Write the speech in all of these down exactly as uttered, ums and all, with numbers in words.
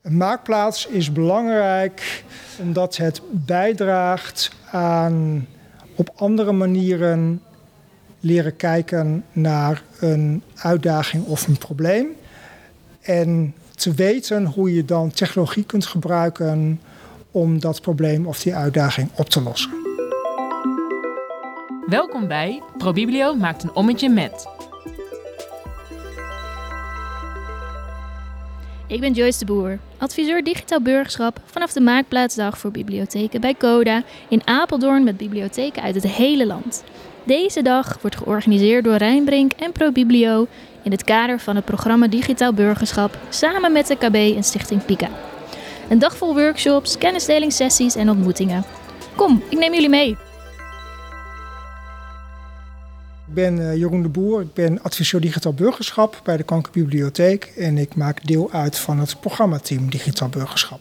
Een maakplaats is belangrijk omdat het bijdraagt aan op andere manieren leren kijken naar een uitdaging of een probleem. En te weten hoe je dan technologie kunt gebruiken om dat probleem of die uitdaging op te lossen. Welkom bij ProBiblio maakt een ommetje met. Ik ben Joyce de Boer, adviseur digitaal burgerschap vanaf de Maakplaatsdag voor bibliotheken bij Coda in Apeldoorn met bibliotheken uit het hele land. Deze dag wordt georganiseerd door Rijnbrink en ProBiblio in het kader van het programma Digitaal Burgerschap samen met de K B en Stichting Pika. Een dag vol workshops, kennisdelingssessies en ontmoetingen. Kom, ik neem jullie mee. Ik ben uh, Jeroen de Boer, ik ben adviseur digitaal burgerschap bij de Koninklijke Bibliotheek en ik maak deel uit van het programmateam Digitaal Burgerschap.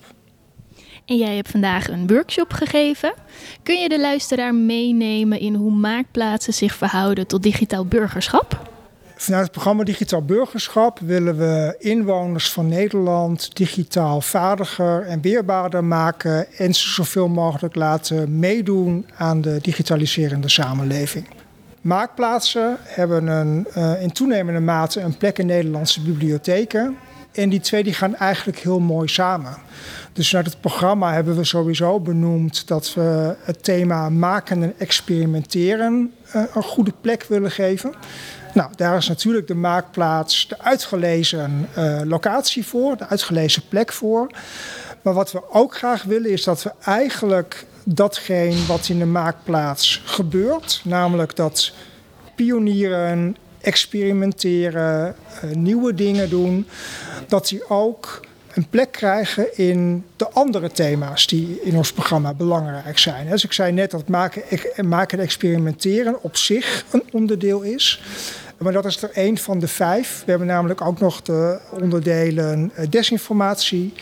En jij hebt vandaag een workshop gegeven. Kun je de luisteraar meenemen in hoe maakplaatsen zich verhouden tot digitaal burgerschap? Vanuit het programma Digitaal Burgerschap willen we inwoners van Nederland digitaal vaardiger en weerbaarder maken en ze zoveel mogelijk laten meedoen aan de digitaliserende samenleving. Maakplaatsen hebben een, uh, in toenemende mate een plek in Nederlandse bibliotheken. En die twee die gaan eigenlijk heel mooi samen. Dus vanuit het programma hebben we sowieso benoemd dat we het thema maken en experimenteren uh, een goede plek willen geven. Nou, daar is natuurlijk de maakplaats de uitgelezen uh, locatie voor, de uitgelezen plek voor. Maar wat we ook graag willen is dat we eigenlijk datgene wat in de maakplaats gebeurt, namelijk dat pionieren, experimenteren, uh, nieuwe dingen doen, dat die ook een plek krijgen in de andere thema's die in ons programma belangrijk zijn. Dus ik zei net dat maken, maken en experimenteren op zich een onderdeel is. Maar dat is er één van de vijf. We hebben namelijk ook nog de onderdelen desinformatie,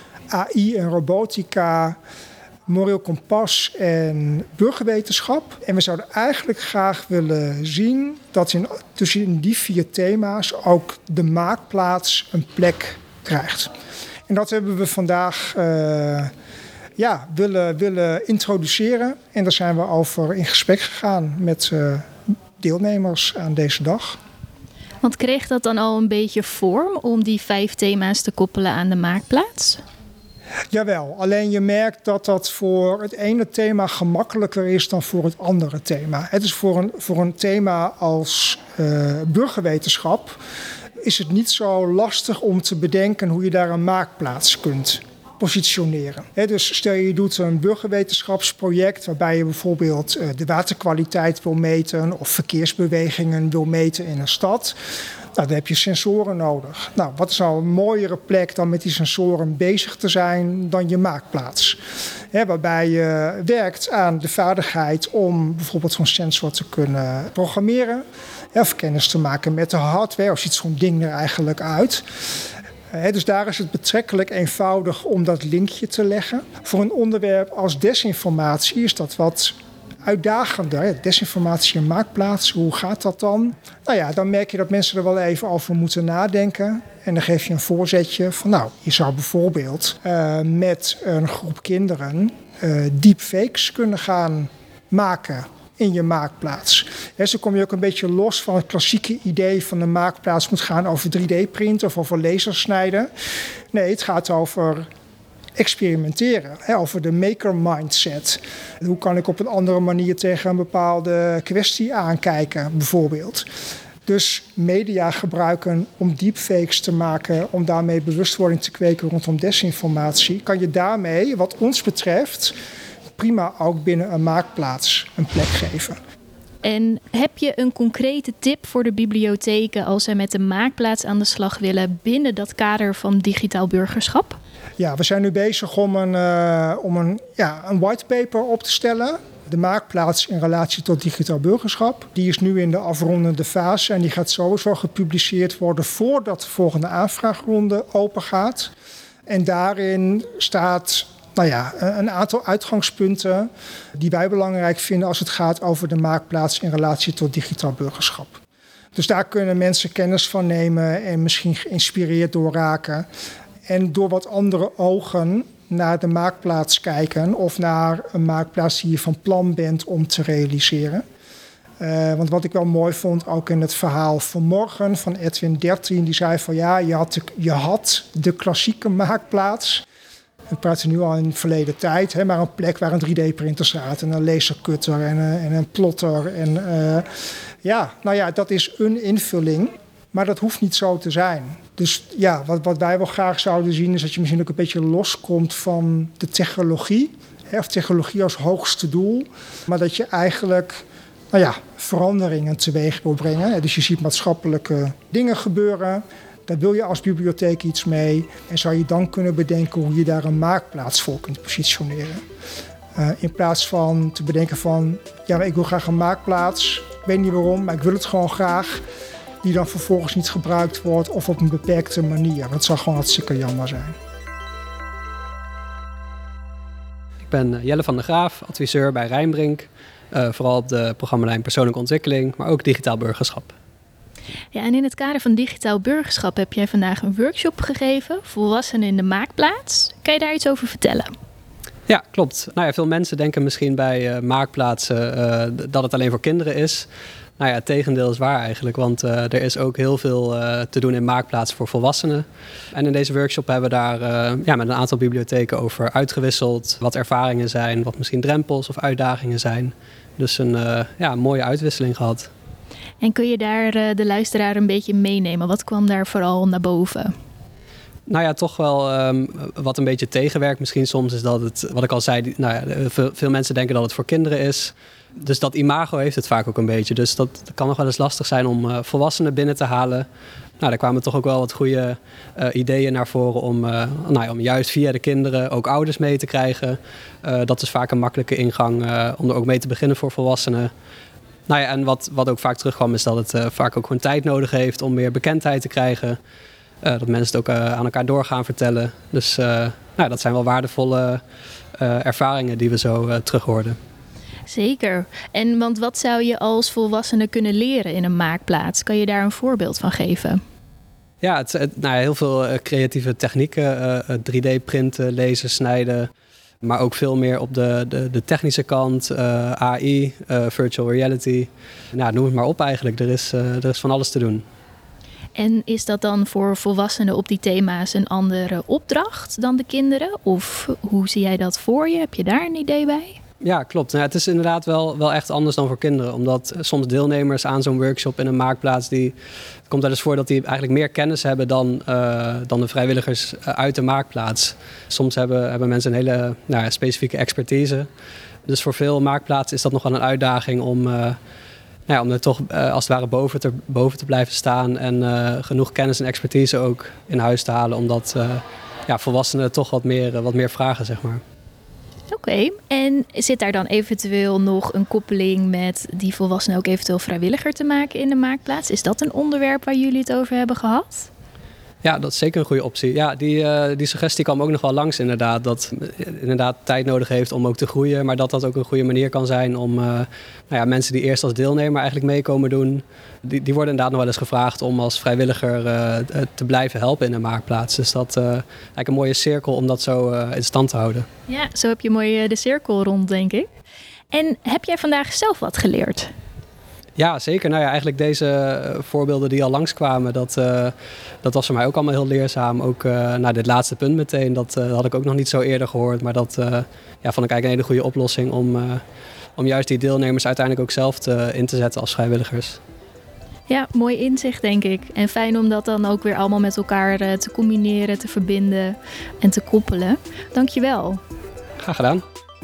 A I en robotica, moreel kompas en burgerwetenschap. En we zouden eigenlijk graag willen zien dat in, tussen in die vier thema's ook de maakplaats een plek krijgt. En dat hebben we vandaag uh, ja, willen, willen introduceren. En daar zijn we over in gesprek gegaan met uh, deelnemers aan deze dag. Want kreeg dat dan al een beetje vorm om die vijf thema's te koppelen aan de maakplaats? Jawel, alleen je merkt dat dat voor het ene thema gemakkelijker is dan voor het andere thema. Het is voor een, voor een thema als uh, burgerwetenschap is het niet zo lastig om te bedenken hoe je daar een maakplaats kunt positioneren. He, dus stel je doet een burgerwetenschapsproject waarbij je bijvoorbeeld uh, de waterkwaliteit wil meten of verkeersbewegingen wil meten in een stad. Nou, dan heb je sensoren nodig. Nou, wat is nou een mooiere plek dan met die sensoren bezig te zijn dan je maakplaats? He, waarbij je werkt aan de vaardigheid om bijvoorbeeld zo'n sensor te kunnen programmeren. Of kennis te maken met de hardware. Of ziet zo'n ding er eigenlijk uit? He, dus daar is het betrekkelijk eenvoudig om dat linkje te leggen. Voor een onderwerp als desinformatie is dat wat uitdagender. Desinformatie en maakplaats, hoe gaat dat dan? Nou ja, dan merk je dat mensen er wel even over moeten nadenken. En dan geef je een voorzetje van, nou, je zou bijvoorbeeld uh, met een groep kinderen uh, deepfakes kunnen gaan maken in je maakplaats. He, zo kom je ook een beetje los van het klassieke idee van de maakplaats moet gaan over drie D-printen of over lasersnijden. Nee, het gaat over experimenteren, hè, over de maker mindset. Hoe kan ik op een andere manier tegen een bepaalde kwestie aankijken, bijvoorbeeld. Dus media gebruiken om deepfakes te maken, om daarmee bewustwording te kweken rondom desinformatie, kan je daarmee, wat ons betreft, prima ook binnen een maakplaats een plek geven. En heb je een concrete tip voor de bibliotheken als zij met de maakplaats aan de slag willen binnen dat kader van digitaal burgerschap? Ja, we zijn nu bezig om een, uh, om een, ja, een whitepaper op te stellen. De maakplaats in relatie tot digitaal burgerschap. Die is nu in de afrondende fase en die gaat sowieso gepubliceerd worden voordat de volgende aanvraagronde open gaat. En daarin staat nou ja, een aantal uitgangspunten die wij belangrijk vinden als het gaat over de maakplaats in relatie tot digitaal burgerschap. Dus daar kunnen mensen kennis van nemen en misschien geïnspireerd door raken. en door wat andere ogen naar de maakplaats kijken of naar een maakplaats die je van plan bent om te realiseren. Uh, want wat ik wel mooi vond, ook in het verhaal vanmorgen van Edwin dertien, die zei van ja, je had de, je had de klassieke maakplaats. We praten nu al in verleden tijd, hè, maar een plek waar een drie D-printer staat en een lasercutter en een, en een plotter. En uh, ja, nou ja, dat is een invulling, maar dat hoeft niet zo te zijn. Dus ja, wat, wat wij wel graag zouden zien is dat je misschien ook een beetje loskomt van de technologie. Hè, of technologie als hoogste doel, maar dat je eigenlijk nou ja, veranderingen teweeg wil brengen. Dus je ziet maatschappelijke dingen gebeuren. Daar wil je als bibliotheek iets mee. En zou je dan kunnen bedenken hoe je daar een maakplaats voor kunt positioneren. Uh, in plaats van te bedenken van, ja, maar ik wil graag een maakplaats. Ik weet niet waarom, maar ik wil het gewoon graag. Die dan vervolgens niet gebruikt wordt of op een beperkte manier. Dat zou gewoon hartstikke jammer zijn. Ik ben Jelle van der Graaf, adviseur bij Rijnbrink. Uh, vooral op de programmalijn persoonlijke ontwikkeling, maar ook digitaal burgerschap. Ja, en in het kader van digitaal burgerschap heb jij vandaag een workshop gegeven, volwassenen in de maakplaats. Kan je daar iets over vertellen? Ja, klopt. Nou ja, veel mensen denken misschien bij uh, maakplaatsen uh, dat het alleen voor kinderen is. Nou ja, het tegendeel is waar eigenlijk, want uh, er is ook heel veel uh, te doen in maakplaatsen voor volwassenen. En in deze workshop hebben we daar uh, ja, met een aantal bibliotheken over uitgewisseld. Wat ervaringen zijn, wat misschien drempels of uitdagingen zijn. Dus een, uh, ja, een mooie uitwisseling gehad. En kun je daar uh, de luisteraar een beetje meenemen? Wat kwam daar vooral naar boven? Nou ja, toch wel um, wat een beetje tegenwerkt misschien soms is dat het, wat ik al zei, nou ja, veel, veel mensen denken dat het voor kinderen is. Dus dat imago heeft het vaak ook een beetje. Dus dat, dat kan nog wel eens lastig zijn om uh, volwassenen binnen te halen. Nou, daar kwamen toch ook wel wat goede uh, ideeën naar voren om, uh, nou ja, om juist via de kinderen ook ouders mee te krijgen. Uh, dat is vaak een makkelijke ingang uh, om er ook mee te beginnen voor volwassenen. Nou ja, en wat, wat ook vaak terugkwam is dat het uh, vaak ook gewoon tijd nodig heeft om meer bekendheid te krijgen. Uh, dat mensen het ook uh, aan elkaar door gaan vertellen. Dus uh, nou, dat zijn wel waardevolle uh, ervaringen die we zo uh, terughoorden. Zeker. En want wat zou je als volwassene kunnen leren in een maakplaats? Kan je daar een voorbeeld van geven? Ja, het, het, nou ja, heel veel uh, creatieve technieken. Uh, drie D-printen, lezen, snijden. Maar ook veel meer op de, de, de technische kant. Uh, A I, uh, virtual reality. Nou, noem het maar op eigenlijk. Er is, uh, er is van alles te doen. En is dat dan voor volwassenen op die thema's een andere opdracht dan de kinderen? Of hoe zie jij dat voor je? Heb je daar een idee bij? Ja, klopt. Nou, het is inderdaad wel, wel echt anders dan voor kinderen. Omdat soms deelnemers aan zo'n workshop in een maakplaats, die, het komt wel eens voor dat die eigenlijk meer kennis hebben dan, uh, dan de vrijwilligers uit de maakplaats. Soms hebben, hebben mensen een hele nou ja, specifieke expertise. Dus voor veel maakplaatsen is dat nog wel een uitdaging om, uh, nou ja, om er toch uh, als het ware boven te, boven te blijven staan. En uh, genoeg kennis en expertise ook in huis te halen. Omdat uh, ja, volwassenen toch wat meer, uh, wat meer vragen, zeg maar. Oké, okay. En zit daar dan eventueel nog een koppeling met die volwassenen ook eventueel vrijwilliger te maken in de maakplaats? Is dat een onderwerp waar jullie het over hebben gehad? Ja, dat is zeker een goede optie. Ja, die, uh, die suggestie kwam ook nog wel langs inderdaad. Dat het inderdaad tijd nodig heeft om ook te groeien. Maar dat dat ook een goede manier kan zijn om uh, nou ja, mensen die eerst als deelnemer eigenlijk mee komen doen. Die, die worden inderdaad nog wel eens gevraagd om als vrijwilliger uh, te blijven helpen in de maakplaats. Dus dat is uh, eigenlijk een mooie cirkel om dat zo uh, in stand te houden. Ja, zo heb je mooi de cirkel rond, denk ik. En heb jij vandaag zelf wat geleerd? Ja, zeker. Nou ja, eigenlijk deze voorbeelden die al langskwamen, dat, uh, dat was voor mij ook allemaal heel leerzaam. Ook uh, nou, dit laatste punt meteen, dat uh, had ik ook nog niet zo eerder gehoord. Maar dat uh, ja, vond ik eigenlijk een hele goede oplossing om, uh, om juist die deelnemers uiteindelijk ook zelf te, in te zetten als vrijwilligers. Ja, mooi inzicht denk ik. En fijn om dat dan ook weer allemaal met elkaar uh, te combineren, te verbinden en te koppelen. Dank je wel. Graag gedaan.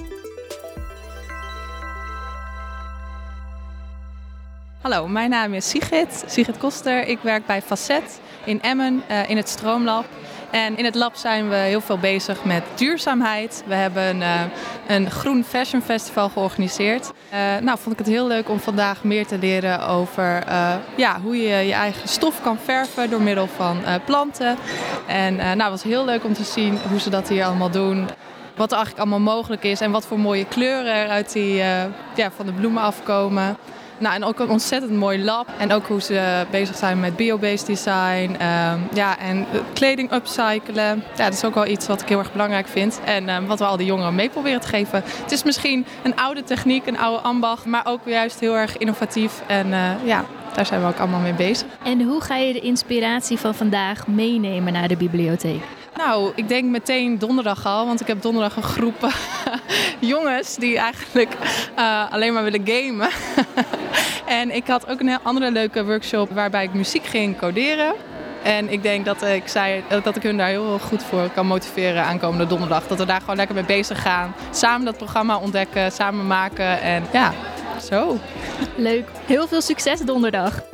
Hallo, mijn naam is Sigrid, Sigrid Koster. Ik werk bij Facet in Emmen uh, in het Stroomlab. En in het lab zijn we heel veel bezig met duurzaamheid. We hebben uh, een groen fashion festival georganiseerd. Uh, nou, vond ik het heel leuk om vandaag meer te leren over uh, ja, hoe je je eigen stof kan verven door middel van uh, planten. En uh, nou, het was heel leuk om te zien hoe ze dat hier allemaal doen. Wat er eigenlijk allemaal mogelijk is en wat voor mooie kleuren er uit die, uh, ja, van de bloemen afkomen. Nou, en ook een ontzettend mooi lab. En ook hoe ze bezig zijn met biobased design. Um, ja, en kleding upcyclen. Ja, dat is ook wel iets wat ik heel erg belangrijk vind. En um, wat we al die jongeren mee proberen te geven. Het is misschien een oude techniek, een oude ambacht. Maar ook juist heel erg innovatief. En uh, ja, daar zijn we ook allemaal mee bezig. En hoe ga je de inspiratie van vandaag meenemen naar de bibliotheek? Nou, ik denk meteen donderdag al, want ik heb donderdag een groep jongens die eigenlijk uh, alleen maar willen gamen. En ik had ook een heel andere leuke workshop waarbij ik muziek ging coderen. En ik denk dat ik, zei, dat ik hun daar heel goed voor kan motiveren aankomende donderdag. Dat we daar gewoon lekker mee bezig gaan. Samen dat programma ontdekken, samen maken en ja, zo. Leuk. Heel veel succes donderdag.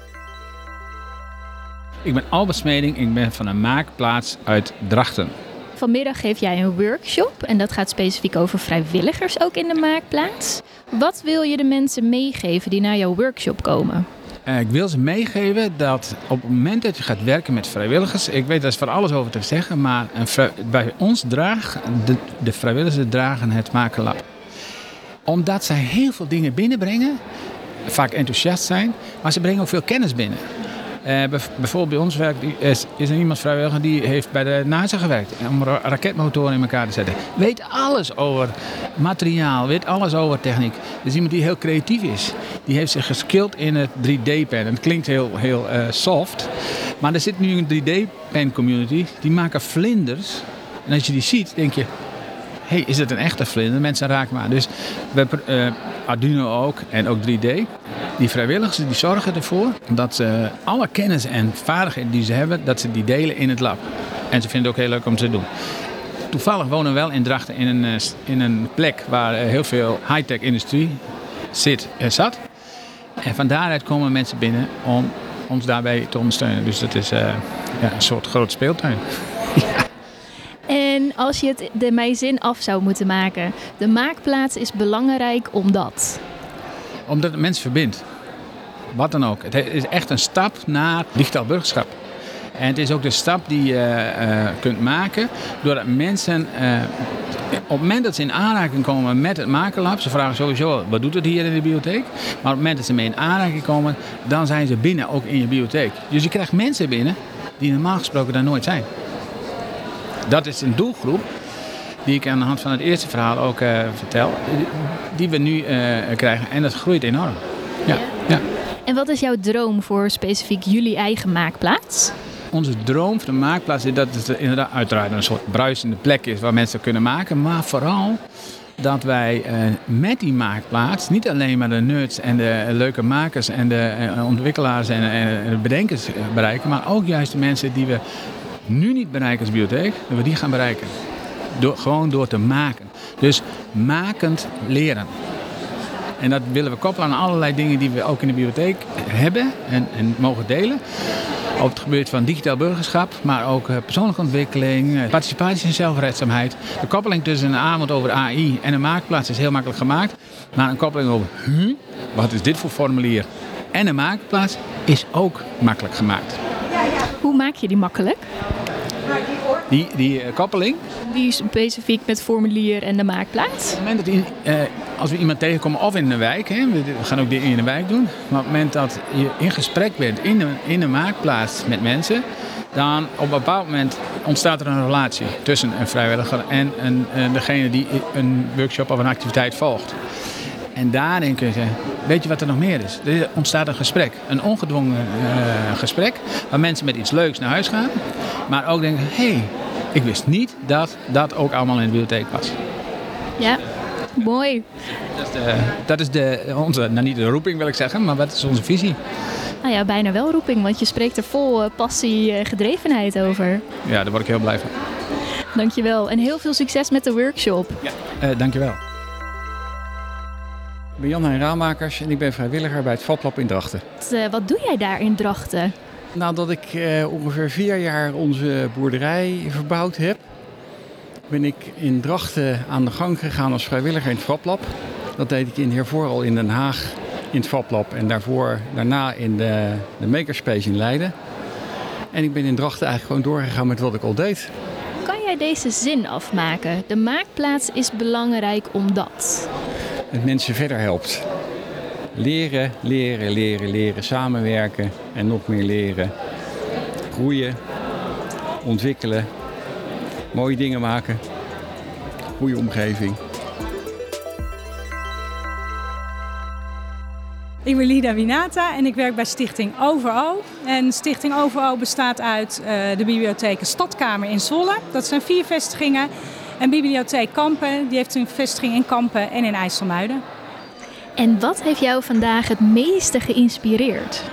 Ik ben Albert Smeding, ik ben van een maakplaats uit Drachten. Vanmiddag geef jij een workshop en dat gaat specifiek over vrijwilligers ook in de maakplaats. Wat wil je de mensen meegeven die naar jouw workshop komen? Uh, ik wil ze meegeven dat op het moment dat je gaat werken met vrijwilligers, ik weet daar is van alles over te zeggen, maar een vrij, bij ons dragen, de, de vrijwilligers dragen het Makenlab. Omdat zij heel veel dingen binnenbrengen, vaak enthousiast zijn, maar ze brengen ook veel kennis binnen. Uh, bijvoorbeeld bij ons werkt, is, is er iemand vrijwilliger die heeft bij de NASA gewerkt om ra- raketmotoren in elkaar te zetten. Weet alles over materiaal, weet alles over techniek. Dus iemand die heel creatief is. Die heeft zich geskild in het drie D-pen. Het klinkt heel, heel uh, soft, maar er zit nu een drie D-pen community. Die maken vlinders. En als je die ziet, denk je, hé, hey, is het een echte vlinder? Mensen raken maar. Dus we, uh, Arduino ook en ook drie D. Die vrijwilligers die zorgen ervoor dat ze alle kennis en vaardigheden die ze hebben, dat ze die delen in het lab. En ze vinden het ook heel leuk om te doen. Toevallig wonen we wel in Drachten in een, in een plek waar heel veel high-tech industrie zit en zat. En van daaruit komen mensen binnen om ons daarbij te ondersteunen. Dus dat is uh, ja, een soort groot speeltuin. Ja. En als je het de mijn zin af zou moeten maken, de maakplaats is belangrijk omdat? Omdat het mensen verbindt. Wat dan ook. Het is echt een stap naar digitaal burgerschap. En het is ook de stap die je uh, kunt maken doordat mensen uh, op het moment dat ze in aanraking komen met het Makenlab, ze vragen sowieso wat doet het hier in de bibliotheek, maar op het moment dat ze mee in aanraking komen, dan zijn ze binnen ook in je bibliotheek. Dus je krijgt mensen binnen die normaal gesproken daar nooit zijn. Dat is een doelgroep die ik aan de hand van het eerste verhaal ook uh, vertel, die we nu uh, krijgen. En dat groeit enorm. Ja, ja. En wat is jouw droom voor specifiek jullie eigen maakplaats? Onze droom voor de maakplaats is dat het inderdaad uiteraard een soort bruisende plek is waar mensen kunnen maken. Maar vooral dat wij uh, met die maakplaats niet alleen maar de nerds en de leuke makers en de uh, ontwikkelaars en, en de bedenkers bereiken. Maar ook juist de mensen die we nu niet bereiken als bibliotheek, dat we die gaan bereiken. Door, gewoon door te maken. Dus makend leren. En dat willen we koppelen aan allerlei dingen die we ook in de bibliotheek hebben en, en mogen delen. Op het gebied van digitaal burgerschap, maar ook uh, persoonlijke ontwikkeling, uh, participatie en zelfredzaamheid. De koppeling tussen een avond over A I en een maakplaats is heel makkelijk gemaakt. Maar een koppeling over, huh, wat is dit voor formulier? En een maakplaats is ook makkelijk gemaakt. Hoe maak je die makkelijk? Die, die uh, koppeling. Die is specifiek met formulier en de maakplaats. Op het moment dat in, uh, als we iemand tegenkomen of in de wijk, hè, we gaan ook dit in de wijk doen. Maar op het moment dat je in gesprek bent in de, in de maakplaats met mensen, dan op een bepaald moment ontstaat er een relatie tussen een vrijwilliger en een, uh, degene die een workshop of een activiteit volgt. En daarin kun je zeggen, weet je wat er nog meer is? Er ontstaat een gesprek, een ongedwongen uh, gesprek, waar mensen met iets leuks naar huis gaan, maar ook denken, hé, hey, ik wist niet dat dat ook allemaal in de bibliotheek was. Ja, mooi. Dat is, de, dat is de, onze, nou niet de roeping wil ik zeggen, maar wat is onze visie? Nou ja, bijna wel roeping, want je spreekt er vol uh, passie en gedrevenheid over. Ja, daar word ik heel blij van. Dankjewel en heel veel succes met de workshop. Ja, uh, dankjewel. Ik ben Jan-Hein Raamakers en ik ben vrijwilliger bij het Vaplab in Drachten. Wat, uh, wat doe jij daar in Drachten? Nadat ik uh, ongeveer vier jaar onze boerderij verbouwd heb, ben ik in Drachten aan de gang gegaan als vrijwilliger in het Vaplab. Dat deed ik in hiervoor al in Den Haag in het Vaplab en daarvoor, daarna in de, de Makerspace in Leiden. En ik ben in Drachten eigenlijk gewoon doorgegaan met wat ik al deed. Kan jij deze zin afmaken? De maakplaats is belangrijk omdat... Het mensen verder helpt. leren, leren, leren, leren, samenwerken en nog meer leren. Groeien, ontwikkelen, mooie dingen maken, goede omgeving. Ik ben Lida Winata en ik werk bij Stichting O V O. En Stichting O V O bestaat uit uh, de bibliotheek Stadkamer in Zwolle. Dat zijn vier vestigingen. En Bibliotheek Kampen, die heeft een vestiging in Kampen en in IJsselmuiden. En wat heeft jou vandaag het meeste geïnspireerd?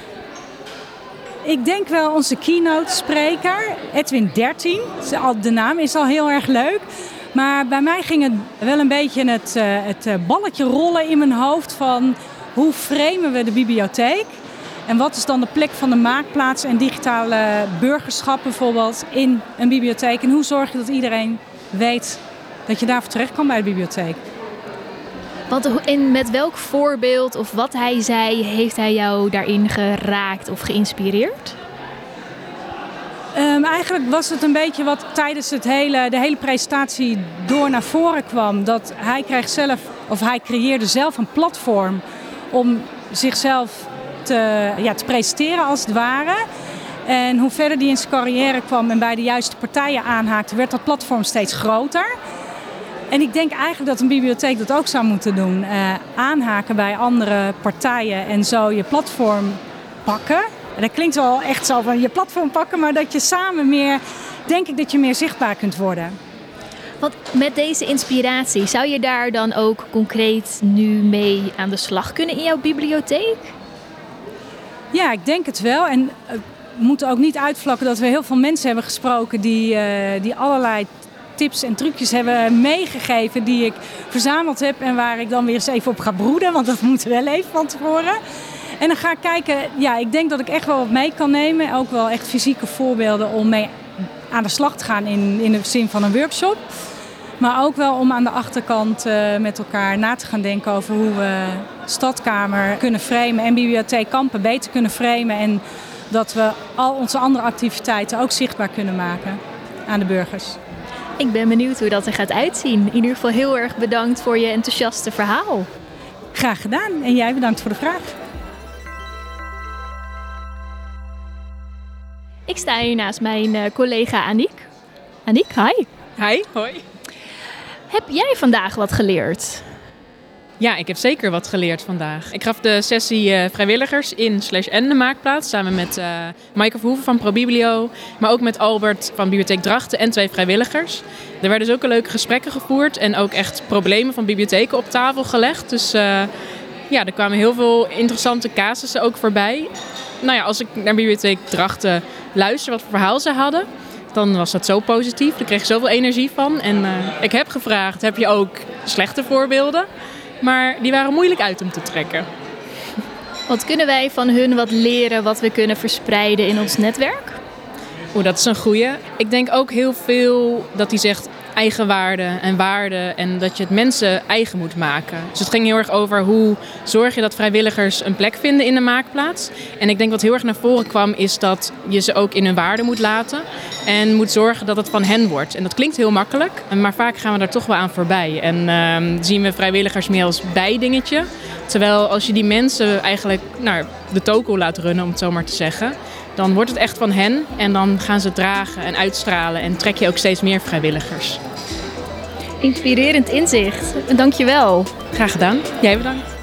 Ik denk wel onze keynote spreker, Edwin dertien. De naam is al heel erg leuk. Maar bij mij ging het wel een beetje het, uh, het balletje rollen in mijn hoofd van hoe framen we de bibliotheek? En wat is dan de plek van de maakplaats en digitale burgerschap bijvoorbeeld in een bibliotheek? En hoe zorg je dat iedereen weet dat je daarvoor terecht kan bij de bibliotheek? Want in met welk voorbeeld of wat hij zei, heeft hij jou daarin geraakt of geïnspireerd? Um, eigenlijk was het een beetje wat tijdens het hele, de hele presentatie door naar voren kwam. Dat hij kreeg zelf, of hij creëerde zelf een platform om zichzelf te, ja, te presenteren als het ware. En hoe verder die in zijn carrière kwam en bij de juiste partijen aanhaakte, werd dat platform steeds groter. En ik denk eigenlijk dat een bibliotheek dat ook zou moeten doen. Uh, aanhaken bij andere partijen en zo je platform pakken. En dat klinkt wel echt zo van je platform pakken, maar dat je samen meer, denk ik dat je meer zichtbaar kunt worden. Want met deze inspiratie, zou je daar dan ook concreet nu mee aan de slag kunnen in jouw bibliotheek? Ja, ik denk het wel. En uh, we moeten ook niet uitvlakken dat we heel veel mensen hebben gesproken die, uh, die allerlei tips en trucjes hebben meegegeven die ik verzameld heb en waar ik dan weer eens even op ga broeden, want dat moet wel even van tevoren. En dan ga ik kijken, ja, ik denk dat ik echt wel wat mee kan nemen. Ook wel echt fysieke voorbeelden om mee aan de slag te gaan in, in de zin van een workshop. Maar ook wel om aan de achterkant uh, met elkaar na te gaan denken over hoe we Stadkamer kunnen framen en Bibliotheek Kampen beter kunnen framen. En dat we al onze andere activiteiten ook zichtbaar kunnen maken aan de burgers. Ik ben benieuwd hoe dat er gaat uitzien. In ieder geval heel erg bedankt voor je enthousiaste verhaal. Graag gedaan en jij bedankt voor de vraag. Ik sta hier naast mijn uh, collega Aniek. Aniek, hi. Hi, hoi. Heb jij vandaag wat geleerd? Ja, ik heb zeker wat geleerd vandaag. Ik gaf de sessie uh, vrijwilligers in slash en de maakplaats samen met uh, Maaike Verhoeven van ProBiblio, maar ook met Albert van Bibliotheek Drachten en twee vrijwilligers. Er werden zulke leuke gesprekken gevoerd en ook echt problemen van bibliotheken op tafel gelegd. Dus uh, ja, er kwamen heel veel interessante casussen ook voorbij. Nou ja, als ik naar Bibliotheek Drachten luister wat voor verhaal ze hadden, dan was dat zo positief. Daar kreeg ik zoveel energie van. En uh, ik heb gevraagd, heb je ook slechte voorbeelden? Maar die waren moeilijk uit om te trekken. Wat kunnen wij van hun wat leren wat we kunnen verspreiden in ons netwerk? Oeh, dat is een goeie. Ik denk ook heel veel dat hij zegt eigenwaarde en waarde en dat je het mensen eigen moet maken. Dus het ging heel erg over hoe zorg je dat vrijwilligers een plek vinden in de maakplaats. En ik denk wat heel erg naar voren kwam is dat je ze ook in hun waarde moet laten en moet zorgen dat het van hen wordt. En dat klinkt heel makkelijk, maar vaak gaan we daar toch wel aan voorbij. En uh, zien we vrijwilligers meer als bijdingetje. Terwijl als je die mensen eigenlijk nou, de toko laat runnen, om het zo maar te zeggen, dan wordt het echt van hen en dan gaan ze dragen en uitstralen en trek je ook steeds meer vrijwilligers. Inspirerend inzicht. Dank je wel. Graag gedaan. Jij bedankt.